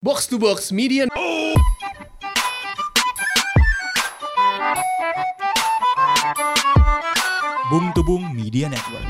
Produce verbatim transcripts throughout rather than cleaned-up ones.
Box to Box Media. Bung to Bung Media Network.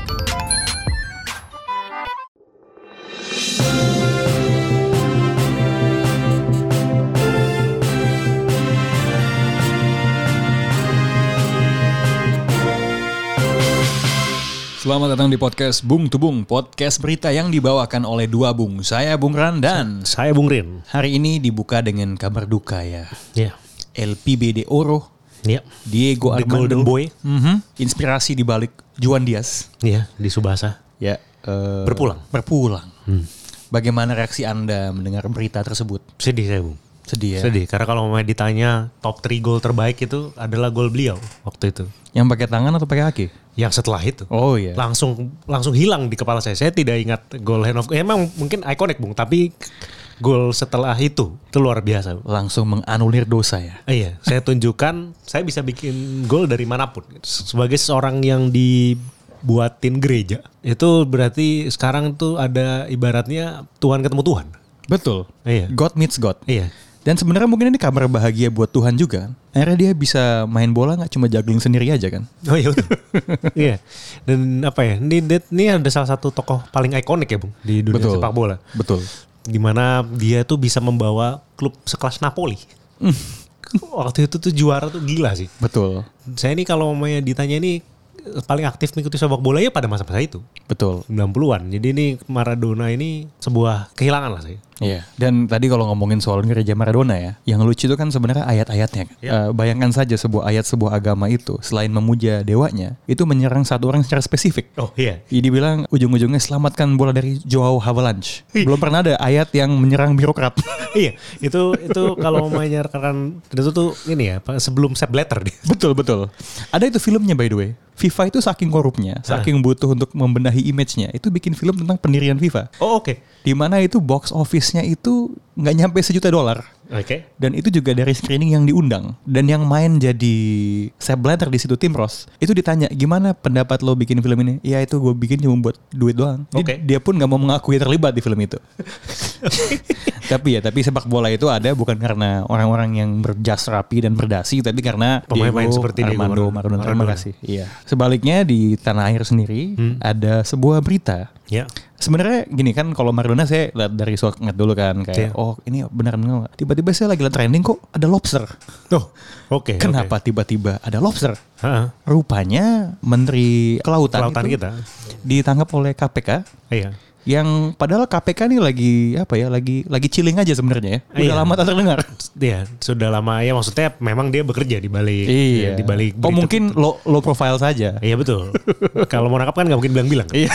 Selamat datang di podcast Bung to Bung, podcast berita yang dibawakan oleh dua Bung. Saya Bung Ran dan saya Bung Rin. Hari ini dibuka dengan kabar duka ya. Ya. El Pibe de Oro. Ya. Diego The Armando Golden Boy. Mm-hmm. Inspirasi di balik Juan Diaz. Ya, di Subasa. Ya. Uh, berpulang. Berpulang. Hmm. Bagaimana reaksi Anda mendengar berita tersebut? Sedih saya, Bung. Sedih ya? Sedih, karena kalau mau ditanya top tiga gol terbaik itu adalah gol beliau waktu itu. Yang pakai tangan atau pakai kaki? Yang setelah itu. Oh iya. Langsung langsung hilang di kepala saya. Saya tidak ingat gol hand of God. Emang mungkin ikonik, Bung, tapi gol setelah itu itu luar biasa. Langsung menganulir dosa ya. Eh, iya, saya tunjukkan saya bisa bikin gol dari manapun. Sebagai seorang yang dibuatin gereja, itu berarti sekarang tuh ada ibaratnya Tuhan ketemu Tuhan. Betul. Iya. God meets God. Iya. Dan sebenarnya mungkin ini kabar bahagia buat Tuhan juga. Akhirnya dia bisa main bola nggak cuma juggling sendiri aja kan? Oh iya betul. Iya. Dan apa ya? Ini, ini ada salah satu tokoh paling ikonik ya, Bung, di dunia betul. sepak bola. Betul. Dimana dia tuh bisa membawa klub sekelas Napoli. Mm. Waktu itu tuh juara tuh gila sih. Betul. Saya ini kalau mau ditanya ini paling aktif mengikuti sepak bola ya pada masa-masa itu. Betul. sembilan puluhan. Jadi ini Maradona ini sebuah kehilangan lah saya. Iya. Dan tadi kalau ngomongin soal gereja Maradona ya, yang lucu itu kan sebenarnya ayat-ayatnya. Kan? Ya. Uh, bayangkan saja sebuah ayat sebuah agama itu selain memuja dewanya, itu menyerang satu orang secara spesifik. Oh iya. Jadi bilang ujung-ujungnya selamatkan bola dari Joao Havelange. Belum pernah ada ayat yang menyerang birokrat. Iya. Itu itu kalau menyerahkan itu tuh ini ya sebelum Sepp Blatter dia. Betul betul. Ada itu filmnya by the way. FIFA itu saking korupnya, saking butuh untuk membenahi image-nya, itu bikin film tentang pendirian FIFA. Oh oke. Okay. Di mana itu box office-nya itu nggak nyampe sejuta dolar. Oke. Okay. Dan itu juga dari screening yang diundang. Dan yang main jadi Sepp Blatter di situ, Tim Ross, itu ditanya gimana pendapat lo bikin film ini? Ya itu gue bikin cuma buat duit doang. Oke. Okay. Dia pun nggak mau mengakui terlibat di film itu. Tapi ya, tapi sepak bola itu ada bukan karena orang-orang yang berjas rapi dan berdasi, tapi karena pemain-pemain Diego seperti Armando Maradona. Terima kasih. Iya. Sebaliknya di tanah air sendiri hmm. ada sebuah berita. Ya. Sebenarnya gini kan, kalau Maradona saya lihat dari sosmed dulu kan kayak yeah. oh ini benar benar. Tiba-tiba saya lagi lihat trending kok ada lobster. Oh, oke. Okay, Kenapa okay. tiba-tiba ada lobster? Ha-ha. Rupanya Menteri Kelautan, Kelautan itu kita ditangkap oleh K P K. Iya. Yang padahal K P K nih lagi apa ya, lagi lagi chilling aja sebenarnya ya. Udah iya. lama tak terdengar. Iya, sudah lama ya, maksudnya memang dia bekerja di balik iya. ya, di balik. Oh mungkin low, low profile saja. Iya betul. Kalau mau nangkap kan nggak mungkin bilang-bilang. Iya.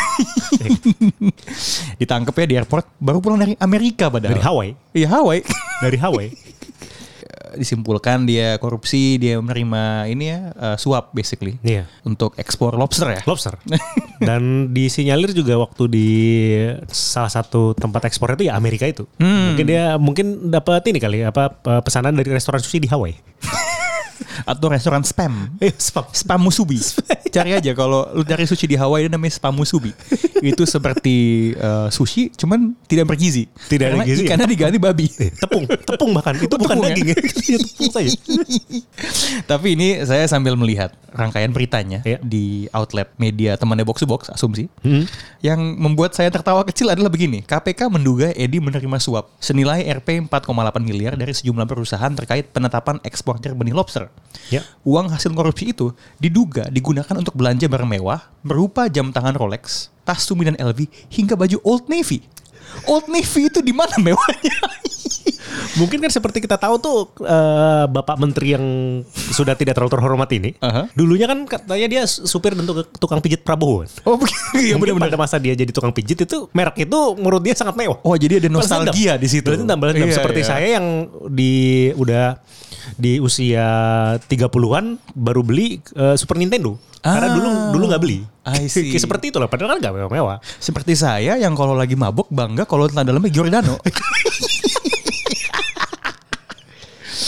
Ditangkap ya di airport, baru pulang dari Amerika padahal. Dari Hawaii. Iya Hawaii. Dari Hawaii. Disimpulkan dia korupsi, dia menerima ini ya uh, suap basically. Iya. Untuk ekspor lobster ya. Lobster. Dan disinyalir juga waktu di salah satu tempat ekspor itu ya Amerika itu. Hmm. Mungkin dia mungkin dapat ini kali apa pesanan dari restoran sushi di Hawaii. Atau restoran spam. spam. Spam musubi. Cari aja kalau lu cari sushi di Hawaii namanya spam musubi. Itu seperti uh, sushi cuman tidak bergizi. Tidak ada gizi. Karena diganti babi. Tepung, tepung bahkan itu bukan tepung, daging ya. Ya tepung saja. Tapi ini saya sambil melihat rangkaian beritanya ya. Di outlet media temannya Box to Box, Asumsi. Hmm. Yang membuat saya tertawa kecil adalah begini. K P K menduga Edi menerima suap senilai R P empat koma delapan miliar dari sejumlah perusahaan terkait penetapan eksportir benih lobster. Ya. Uang hasil korupsi itu diduga digunakan untuk belanja barang mewah berupa jam tangan Rolex, tas Tumi dan L V, hingga baju Old Navy. Old Navy itu di mana mewahnya? Mungkin kan seperti kita tahu tuh uh, Bapak Menteri yang sudah tidak terlalu terhormat ini, uh-huh. dulunya kan katanya dia supir dan tukang pijit Prabowo. Oh iya benar-benar. Pada masa dia jadi tukang pijit itu merek itu menurut dia sangat mewah. Oh jadi ada nostalgia di situ. Berarti tambah dendam. Iya, Seperti iya. saya yang di udah di usia tiga puluhan baru beli uh, Super Nintendo. Ah, karena dulu dulu nggak beli. Seperti itulah, padahal kan nggak mewah-mewah. Seperti saya yang kalau lagi mabuk bangga kalau celana dalamnya Giordano.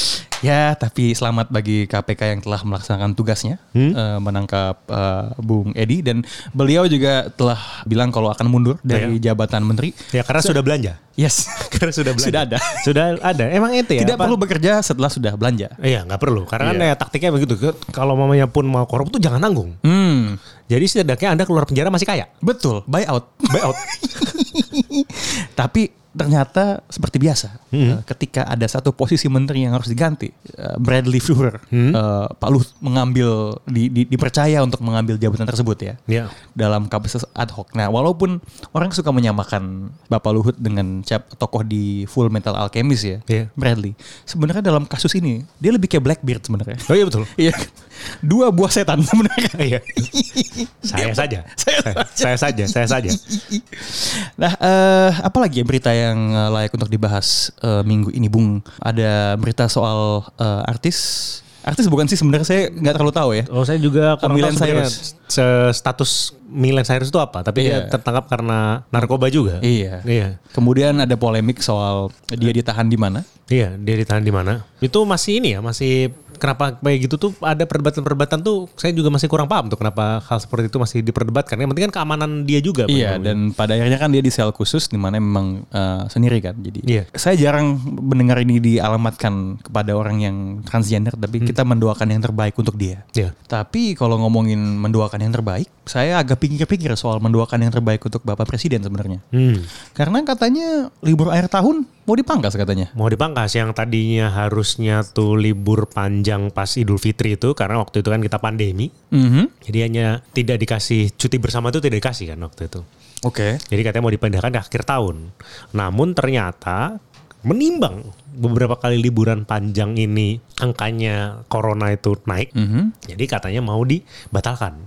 Ya, tapi selamat bagi K P K yang telah melaksanakan tugasnya, hmm? uh, menangkap uh, Bung Edi, dan beliau juga telah bilang kalau akan mundur dari ya. jabatan menteri. Ya, karena so, sudah belanja. Yes, karena sudah belanja. Sudah ada. Sudah ada. Emang ente ya? Tidak apa? perlu bekerja setelah sudah belanja. Iya, nggak perlu. Karena yeah. kan ya taktiknya begitu. Kalau mamanya pun mau korup tuh jangan nanggung. Hmm. Jadi setidaknya Anda keluar penjara masih kaya. Betul, buy out. Buy out. Tapi ternyata seperti biasa, hmm. ketika ada satu posisi menteri yang harus diganti, Bradley Fuhrer, hmm. uh, Pak Luhut mengambil, di, di, dipercaya untuk mengambil jabatan tersebut ya, yeah. dalam kapasitas ad hoc. Nah, walaupun orang suka menyamakan Bapak Luhut dengan cap tokoh di Full Metal Alchemist ya, yeah. Bradley, sebenarnya dalam kasus ini dia lebih kayak Blackbeard sebenarnya. Oh iya betul. Iya, dua buah setan sebenarnya. Iya. saya saja, saya, saya saja, saya saja. Nah, uh, apa lagi ya berita yang layak untuk dibahas uh, minggu ini, Bung? Ada berita soal uh, artis. Artis bukan sih sebenarnya, saya nggak terlalu tahu ya. Oh, saya juga kurang Miley tahu Cyrus. Status Miley Cyrus itu apa? Tapi yeah. dia tertangkap karena narkoba juga. Iya. Iya. Kemudian ada polemik soal dia ditahan di mana? Iya, dia ditahan di mana? Itu masih ini ya, masih kenapa kayak gitu tuh ada perdebatan-perdebatan tuh saya juga masih kurang paham tuh kenapa hal seperti itu masih diperdebatkan. Yang penting kan keamanan dia juga. Iya, dan pada akhirnya kan dia di sel khusus di mana memang uh, sendiri kan. Jadi iya. saya jarang mendengar ini dialamatkan kepada orang yang transgender, tapi hmm. kita mendoakan yang terbaik untuk dia. Iya. Tapi kalau ngomongin mendoakan yang terbaik, saya agak pikir-pikir soal mendoakan yang terbaik untuk Bapak Presiden sebenarnya. Hmm. Karena katanya libur akhir tahun mau dipangkas katanya. Mau dipangkas, yang tadinya harusnya tuh libur panjang pas Idul Fitri itu karena waktu itu kan kita pandemi. Mm-hmm. Jadi hanya tidak dikasih cuti bersama itu tidak dikasih kan waktu itu. Oke. Okay. Jadi katanya mau dipindahkan ke akhir tahun. Namun ternyata menimbang beberapa kali liburan panjang ini angkanya corona itu naik. Mm-hmm. Jadi katanya mau dibatalkan.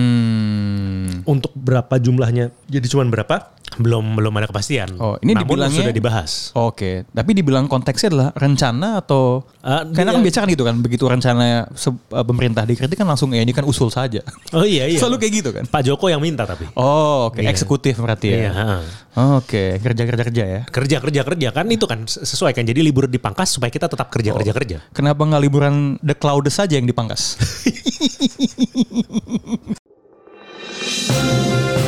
Hmm. Untuk berapa jumlahnya? Jadi cuman berapa? Belum belum ada kepastian. Oh, ini namun dibilangnya sudah dibahas. Oh, Oke, okay. Tapi dibilang konteksnya adalah rencana atau uh, karena dia, kan biasa kan gitu kan, begitu rencana se- uh, pemerintah dikritik kan langsung ya ini kan usul saja. Oh iya iya. Selalu kayak gitu kan. Pak Joko yang minta tapi. Oh, oke, okay. Iya. Eksekutif berarti ya. Iya, oh, oke, okay. kerja-kerja kerja ya. Kerja-kerja kerja kan itu kan sesuai kan. Jadi libur dipangkas supaya kita tetap kerja-kerja oh. kerja. Kenapa nggak liburan The Clouds saja yang dipangkas?